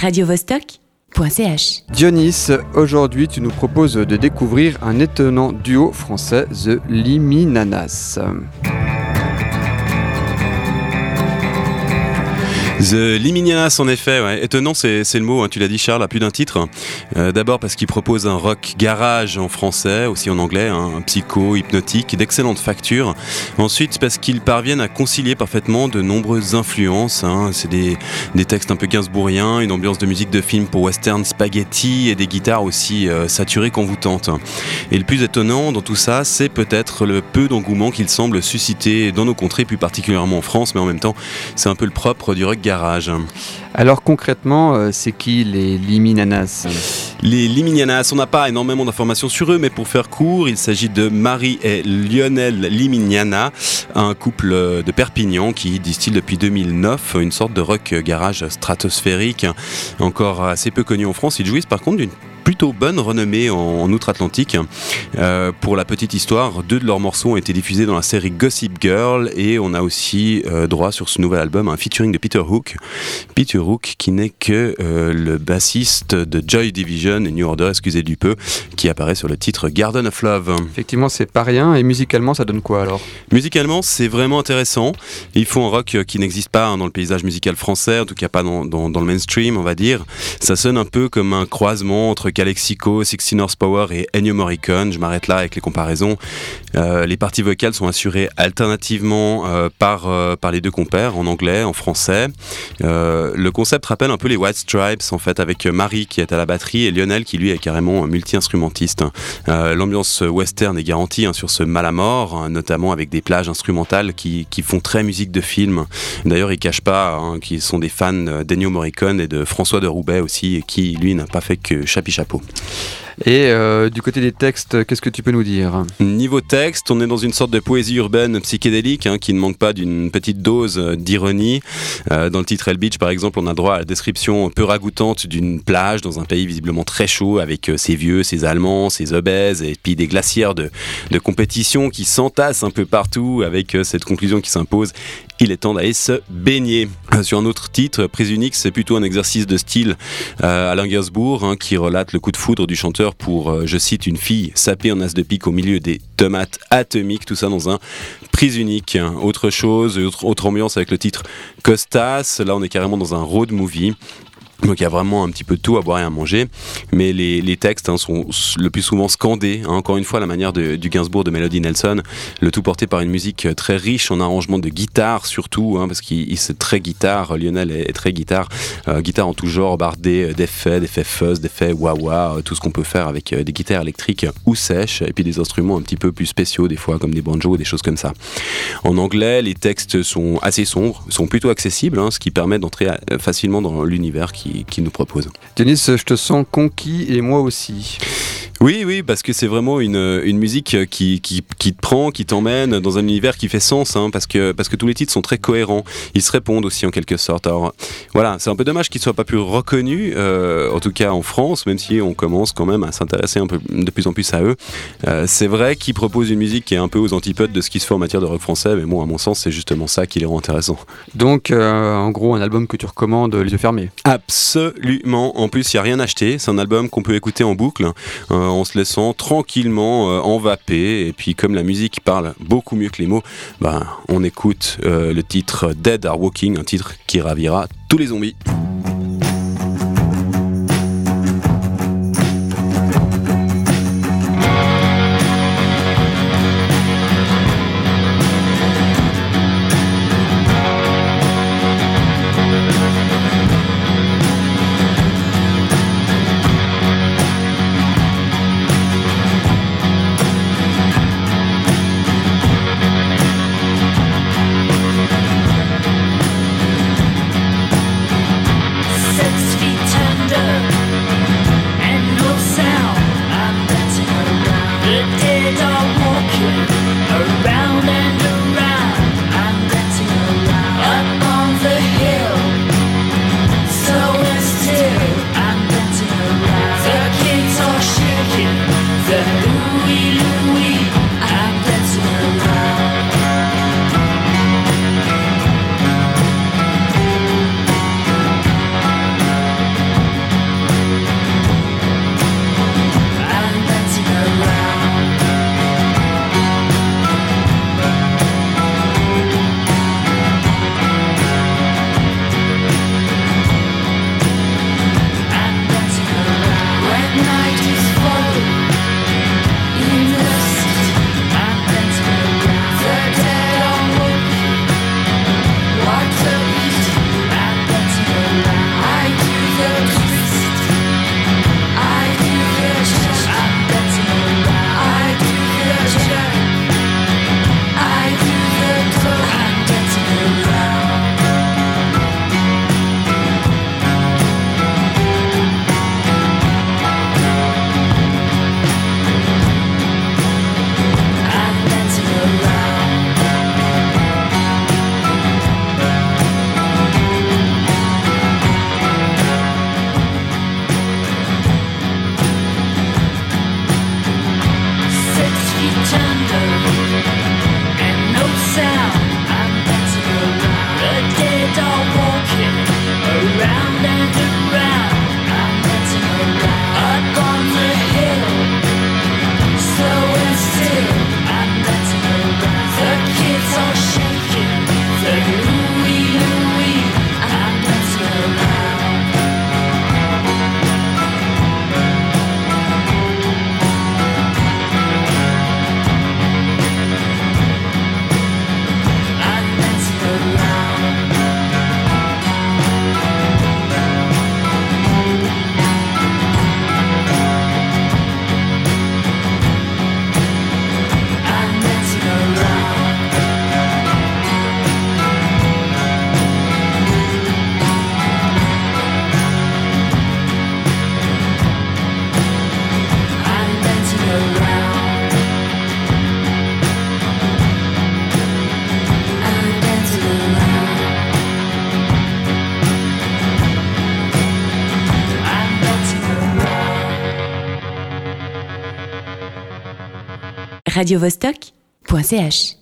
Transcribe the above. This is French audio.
radiovostok.ch. Dionys, aujourd'hui tu nous proposes de découvrir un étonnant duo français, The Liminanas. The Liminanas, en effet, ouais. Étonnant, c'est le mot, hein, tu l'as dit Charles, à plus d'un titre. D'abord parce qu'il propose un rock garage en français, aussi en anglais, un psycho, hypnotique, d'excellente facture. Ensuite parce qu'ils parviennent à concilier parfaitement de nombreuses influences, hein. C'est des textes un peu gainsbourgiens, une ambiance de musique de film pour western spaghetti et des guitares aussi saturées qu'envoûtantes. Et le plus étonnant dans tout ça, c'est peut-être le peu d'engouement qu'il semble susciter dans nos contrées, plus particulièrement en France, mais en même temps, c'est un peu le propre du rock garage. Alors concrètement, c'est qui les Liminanas ? Les Liminanas, on n'a pas énormément d'informations sur eux, mais pour faire court, il s'agit de Marie et Lionel Limignana, un couple de Perpignan qui distille depuis 2009 une sorte de rock garage stratosphérique, encore assez peu connu en France. Ils jouissent par contre d'une plutôt bonne renommée en outre-Atlantique. Pour la petite histoire, 2 de leurs morceaux ont été diffusés dans la série Gossip Girl et on a aussi droit sur ce nouvel album à un featuring de Peter Hook. Peter Hook qui n'est que le bassiste de Joy Division et New Order, excusez du peu, qui apparaît sur le titre Garden of Love. Effectivement, c'est pas rien. Et musicalement, ça donne quoi alors ? Musicalement, c'est vraiment intéressant. Ils font un rock qui n'existe pas dans le paysage musical français, en tout cas pas dans le mainstream, on va dire. Ça sonne un peu comme un croisement entre Calexico, 16 Horsepower et Ennio Morricone. Je m'arrête là avec les comparaisons. Les parties vocales sont assurées alternativement par les deux compères, en anglais, en français. Le concept rappelle un peu les White Stripes, en fait, avec Marie qui est à la batterie et Lionel qui, lui, est carrément multi-instrumentiste. L'ambiance western est garantie sur ce Malamore, notamment avec des plages instrumentales qui font très musique de film. D'ailleurs, ils ne cachent pas qu'ils sont des fans d'Ennio Morricone et de François de Roubaix aussi, qui, lui, n'a pas fait que chapeau. Et du côté des textes, qu'est-ce que tu peux nous dire ? Niveau texte, on est dans une sorte de poésie urbaine psychédélique qui ne manque pas d'une petite dose d'ironie. Dans le titre Hell Beach, par exemple, on a droit à la description peu ragoûtante d'une plage dans un pays visiblement très chaud avec ses vieux, ses Allemands, ses obèses et puis des glacières de compétition qui s'entassent un peu partout avec cette conclusion qui s'impose. Il est temps d'aller se baigner. Sur un autre titre, Prise Unique, c'est plutôt un exercice de style Alain Gainsbourg qui relate le coup de foudre du chanteur pour, je cite, une fille sapée en as de pique au milieu des tomates atomiques, tout ça dans un Prise Unique. Autre chose, autre ambiance avec le titre Costas, là on est carrément dans un road movie. Donc il y a vraiment un petit peu de tout à boire et à manger, mais les textes sont le plus souvent scandés, encore une fois à la manière du Gainsbourg de Melody Nelson, le tout porté par une musique très riche en arrangement de guitare surtout, parce qu'il c'est très guitare, Lionel est très guitare, guitare en tout genre, bardée d'effets fuzz, d'effets wah-wah, tout ce qu'on peut faire avec des guitares électriques ou sèches, et puis des instruments un petit peu plus spéciaux des fois comme des banjos, des choses comme ça. En anglais, les textes sont assez sombres, sont plutôt accessibles, ce qui permet d'entrer facilement dans l'univers qui nous propose. Dionys, je te sens conquis et moi aussi. Oui, parce que c'est vraiment une musique qui te prend, qui t'emmène dans un univers qui fait sens, parce que tous les titres sont très cohérents. Ils se répondent aussi en quelque sorte. Alors voilà, c'est un peu dommage qu'ils ne soient pas plus reconnus, en tout cas en France, même si on commence quand même à s'intéresser un peu de plus en plus à eux. C'est vrai qu'ils proposent une musique qui est un peu aux antipodes de ce qui se fait en matière de rock français, mais bon, à mon sens, c'est justement ça qui les rend intéressants. Donc, en gros, un album que tu recommandes les yeux fermés. Absolument. En plus, il n'y a rien à acheter. C'est un album qu'on peut écouter en boucle. En se laissant tranquillement envaper, et puis comme la musique parle beaucoup mieux que les mots, on écoute le titre Dead Are Walking, un titre qui ravira tous les zombies. radiovostok.ch